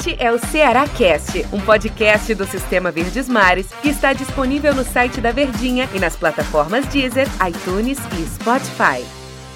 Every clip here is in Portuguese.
Este é o Ceará Cast, um podcast do Sistema Verdes Mares que está disponível no site da Verdinha e nas plataformas Deezer, iTunes e Spotify.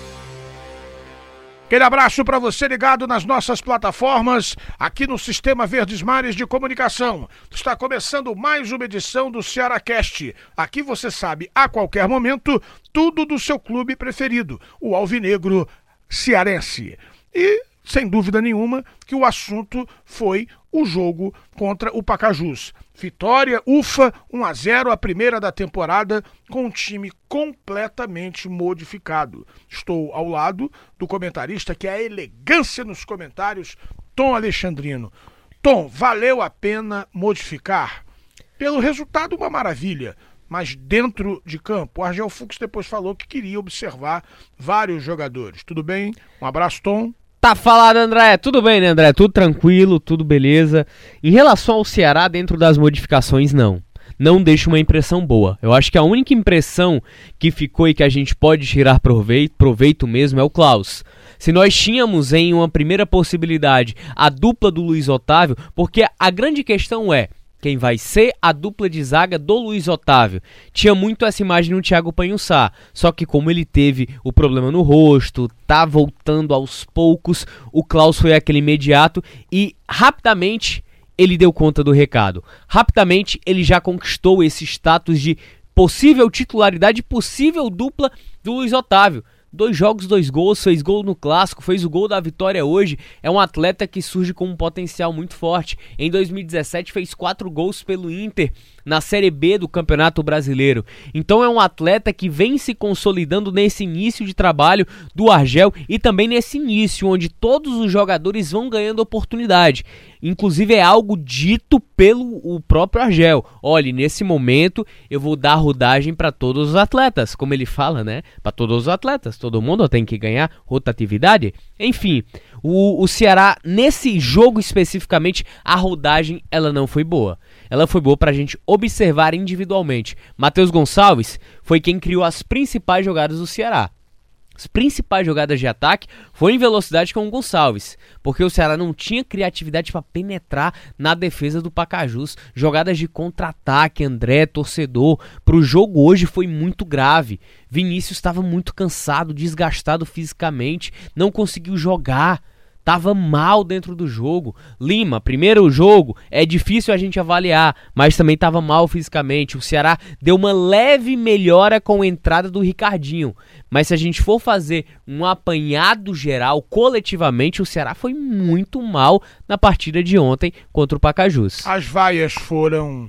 Aquele abraço para você ligado nas nossas plataformas, aqui no Sistema Verdes Mares de Comunicação. Está começando mais uma edição do Ceará Cast. Aqui você sabe, a qualquer momento, tudo do seu clube preferido, o Alvinegro Cearense. E, sem dúvida nenhuma, que o assunto foi o jogo contra o Pacajus. Vitória, ufa, 1-0, a primeira da temporada, com um time completamente modificado. Estou ao lado do comentarista que é a elegância nos comentários, Tom Alexandrino. Tom, valeu a pena modificar? Pelo resultado, uma maravilha. Mas dentro de campo, o Argel Fux depois falou que queria observar vários jogadores. Tudo bem? Um abraço, Tom. Tá falado, André. Tudo bem, né, André? Tudo tranquilo, tudo beleza. Em relação ao Ceará, dentro das modificações, não deixa uma impressão boa. Eu acho que a única impressão que ficou e que a gente pode tirar proveito mesmo é o Klaus. Se nós tínhamos em uma primeira possibilidade a dupla do Luiz Otávio, porque a grande questão é quem vai ser a dupla de zaga do Luiz Otávio. Tinha muito essa imagem no Thiago Panhussá, só que como ele teve o problema no rosto, tá voltando aos poucos, o Klaus foi aquele imediato e rapidamente ele deu conta do recado. Rapidamente ele já conquistou esse status de possível titularidade, possível dupla do Luiz Otávio. 2 jogos, 2 gols, fez gol no Clássico, fez o gol da vitória hoje. É um atleta que surge com um potencial muito forte. Em 2017 fez 4 gols pelo Inter na Série B do Campeonato Brasileiro. Então é um atleta que vem se consolidando nesse início de trabalho do Argel e também nesse início onde todos os jogadores vão ganhando oportunidade. Inclusive é algo dito pelo o próprio Argel. Olha, nesse momento eu vou dar rodagem para todos os atletas, como ele fala, né? Para todos os atletas, todo mundo tem que ganhar rotatividade. Enfim, o Ceará, nesse jogo especificamente, a rodagem ela não foi boa. Ela foi boa para a gente observar individualmente. Matheus Gonçalves foi quem criou as principais jogadas do Ceará. As principais jogadas de ataque foi em velocidade com o Gonçalves, porque o Ceará não tinha criatividade para penetrar na defesa do Pacajus. Jogadas de contra-ataque, André, torcedor, pro jogo hoje foi muito grave. Vinícius estava muito cansado, desgastado fisicamente, não conseguiu jogar. Tava mal dentro do jogo. Lima, primeiro jogo, é difícil a gente avaliar, mas também tava mal fisicamente. O Ceará deu uma leve melhora com a entrada do Ricardinho. Mas se a gente for fazer um apanhado geral, coletivamente, o Ceará foi muito mal na partida de ontem contra o Pacajus. As vaias foram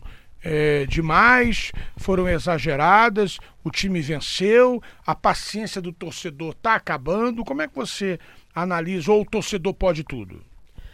demais, foram exageradas, o time venceu, a paciência do torcedor tá acabando. Como é que você analisa, ou o torcedor pode tudo?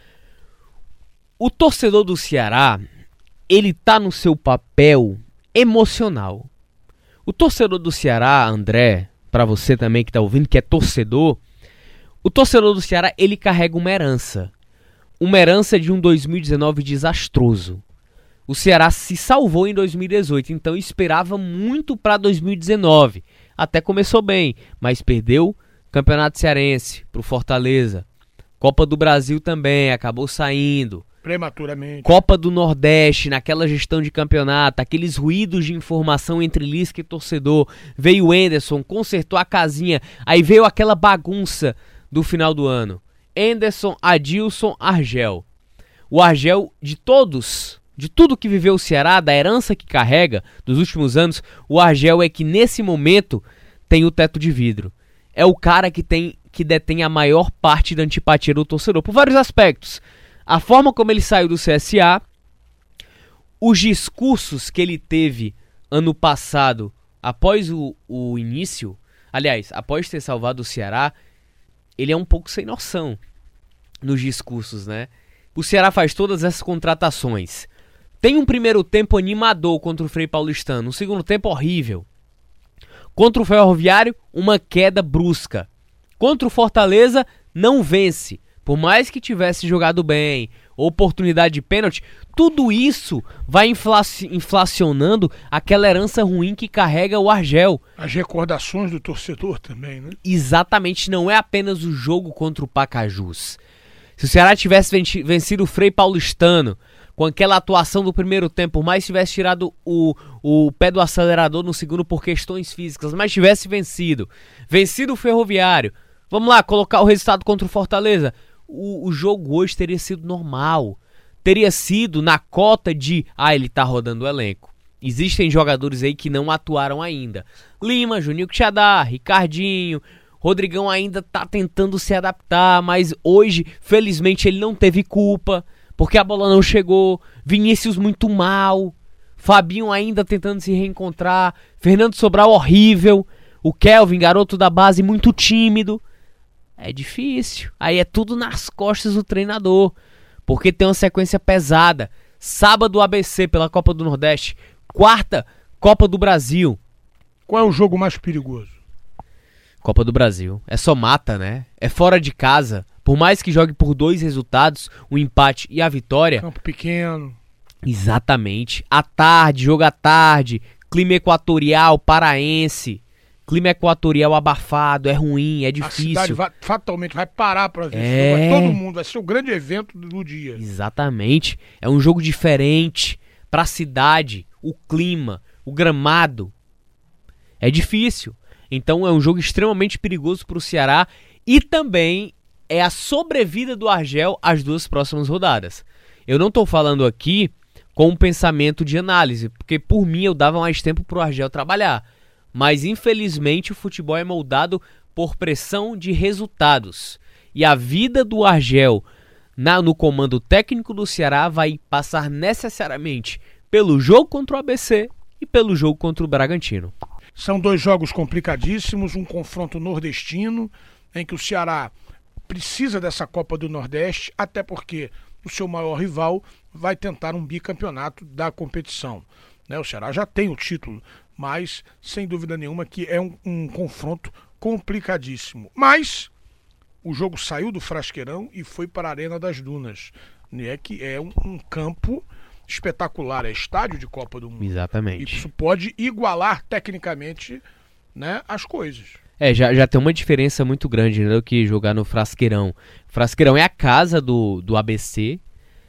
O torcedor do Ceará, ele tá no seu papel emocional. O torcedor do Ceará, André, para você também que tá ouvindo, que é torcedor, o torcedor do Ceará, ele carrega uma herança de um 2019 desastroso. O Ceará se salvou em 2018, então esperava muito para 2019. Até começou bem, mas perdeu Campeonato Cearense pro Fortaleza. Copa do Brasil também, acabou saindo. Prematuramente. Copa do Nordeste, naquela gestão de campeonato, aqueles ruídos de informação entre Lisca e torcedor. Veio o Enderson, consertou a casinha, aí veio aquela bagunça do final do ano. Enderson, Adilson, Argel. O Argel, de tudo que viveu o Ceará, da herança que carrega dos últimos anos, o Argel é que nesse momento tem o teto de vidro. É o cara que detém a maior parte da antipatia do torcedor, por vários aspectos. A forma como ele saiu do CSA, os discursos que ele teve ano passado, após o início, aliás, após ter salvado o Ceará, ele é um pouco sem noção nos discursos, né? O Ceará faz todas essas contratações. Tem um primeiro tempo animador contra o Frei Paulistano, um segundo tempo horrível. Contra o Ferroviário, uma queda brusca. Contra o Fortaleza, não vence. Por mais que tivesse jogado bem, oportunidade de pênalti, tudo isso vai inflacionando aquela herança ruim que carrega o Argel. As recordações do torcedor também, né? Exatamente, não é apenas o jogo contra o Pacajus. Se o Ceará tivesse vencido o Frei Paulistano, com aquela atuação do primeiro tempo, por mais tivesse tirado o pé do acelerador no segundo por questões físicas, mas tivesse vencido o Ferroviário, vamos lá, colocar o resultado contra o Fortaleza, o jogo hoje teria sido normal. Teria sido na cota de, ele tá rodando o elenco. Existem jogadores aí que não atuaram ainda. Lima, Juninho Quixadá, Ricardinho, Rodrigão ainda tá tentando se adaptar, mas hoje, felizmente, ele não teve culpa, porque a bola não chegou. Vinícius muito mal, Fabinho ainda tentando se reencontrar, Fernando Sobral horrível, o Kelvin, garoto da base, muito tímido. É difícil. Aí é tudo nas costas do treinador, porque tem uma sequência pesada. Sábado ABC pela Copa do Nordeste, quarta Copa do Brasil. Qual é o jogo mais perigoso? Copa do Brasil. É só mata, né? É fora de casa. Por mais que jogue por 2 resultados, o empate e a vitória. Campo pequeno. Exatamente. À tarde, jogo à tarde. Clima equatorial, paraense. Clima equatorial abafado, é ruim, é difícil. A cidade fatalmente vai parar pra ver. Todo mundo, vai ser o grande evento do dia. Exatamente. É um jogo diferente pra cidade, o clima, o gramado. É difícil. Então é um jogo extremamente perigoso pro Ceará e também é a sobrevida do Argel às 2 próximas rodadas. Eu não tô falando aqui com um pensamento de análise, porque por mim eu dava mais tempo pro Argel trabalhar. Mas infelizmente o futebol é moldado por pressão de resultados. E a vida do Argel no comando técnico do Ceará vai passar necessariamente pelo jogo contra o ABC e pelo jogo contra o Bragantino. São 2 jogos complicadíssimos, um confronto nordestino, em que o Ceará precisa dessa Copa do Nordeste, até porque o seu maior rival vai tentar um bicampeonato da competição. O Ceará já tem o título, mas sem dúvida nenhuma que é um confronto complicadíssimo. Mas o jogo saiu do Frasqueirão e foi para a Arena das Dunas, que é um campo espetacular, é estádio de Copa do Mundo. Exatamente. Isso pode igualar tecnicamente, as coisas. Já tem uma diferença muito grande, do que jogar no Frasqueirão. O Frasqueirão é a casa do ABC,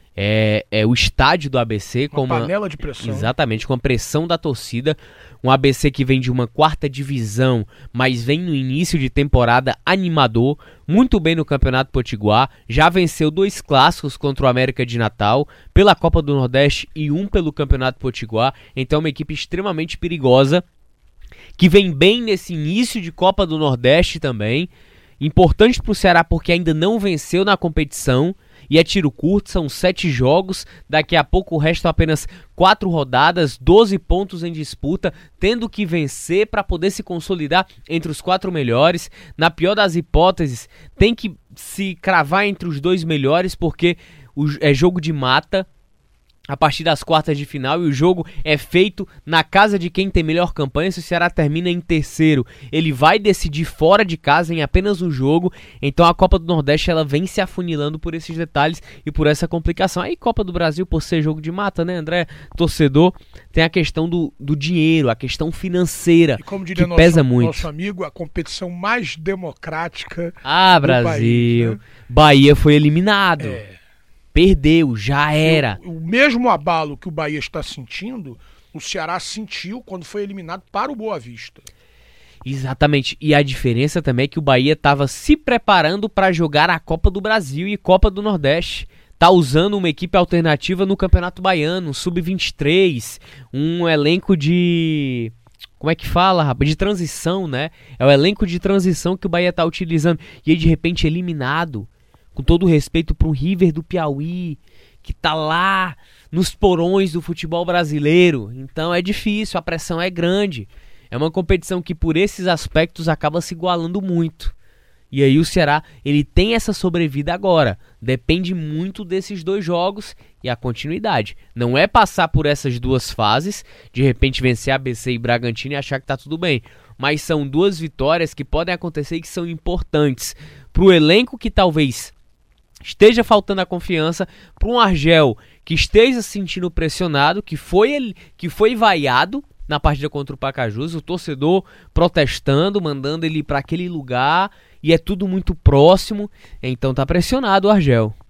é o estádio do ABC. Uma panela de pressão. Exatamente, com a pressão da torcida. Um ABC que vem de uma 4ª divisão, mas vem no início de temporada animador, muito bem no Campeonato Potiguar, já venceu 2 clássicos contra o América de Natal, pela Copa do Nordeste e 1 pelo Campeonato Potiguar, então é uma equipe extremamente perigosa, que vem bem nesse início de Copa do Nordeste também, importante para o Ceará porque ainda não venceu na competição, e é tiro curto, são 7 jogos, daqui a pouco restam apenas 4 rodadas, 12 pontos em disputa, tendo que vencer para poder se consolidar entre os 4 melhores. Na pior das hipóteses, tem que se cravar entre os 2 melhores, porque é jogo de mata a partir das quartas de final, e o jogo é feito na casa de quem tem melhor campanha. Se o Ceará termina em terceiro, ele vai decidir fora de casa em apenas um jogo. Então a Copa do Nordeste ela vem se afunilando por esses detalhes e por essa complicação. Aí Copa do Brasil, por ser jogo de mata, né, André? Torcedor, tem a questão do dinheiro, a questão financeira, e como diria que pesa muito. Nosso amigo, a competição mais democrática do Brasil. País, né? Bahia foi eliminado. Perdeu, já era. O mesmo abalo que o Bahia está sentindo, o Ceará sentiu quando foi eliminado para o Boa Vista. Exatamente. E a diferença também é que o Bahia estava se preparando para jogar a Copa do Brasil e Copa do Nordeste. Tá usando uma equipe alternativa no Campeonato Baiano, Sub-23, um elenco de... Como é que fala, rapaz? De transição, né? É o elenco de transição que o Bahia tá utilizando. E aí, de repente, eliminado. Com todo o respeito para o River do Piauí, que tá lá nos porões do futebol brasileiro. Então é difícil, a pressão é grande. É uma competição que por esses aspectos acaba se igualando muito. E aí o Ceará, ele tem essa sobrevida agora. Depende muito desses 2 jogos e a continuidade. Não é passar por essas 2 fases, de repente vencer ABC e Bragantino e achar que tá tudo bem. Mas são 2 vitórias que podem acontecer e que são importantes pro elenco que talvez esteja faltando a confiança, para um Argel que esteja se sentindo pressionado, que foi vaiado na partida contra o Pacajus, o torcedor protestando, mandando ele para aquele lugar, e é tudo muito próximo, então tá pressionado o Argel.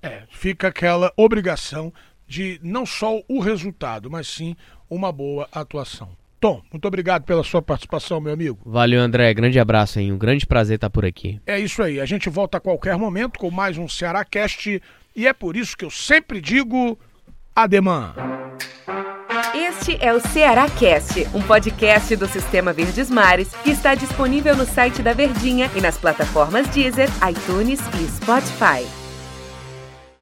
Fica aquela obrigação de não só o resultado, mas sim uma boa atuação. Tom, muito obrigado pela sua participação, meu amigo. Valeu, André. Grande abraço, hein? Um grande prazer estar por aqui. É isso aí. A gente volta a qualquer momento com mais um CearáCast e é por isso que eu sempre digo ademã. Este é o CearáCast, um podcast do Sistema Verdes Mares que está disponível no site da Verdinha e nas plataformas Deezer, iTunes e Spotify.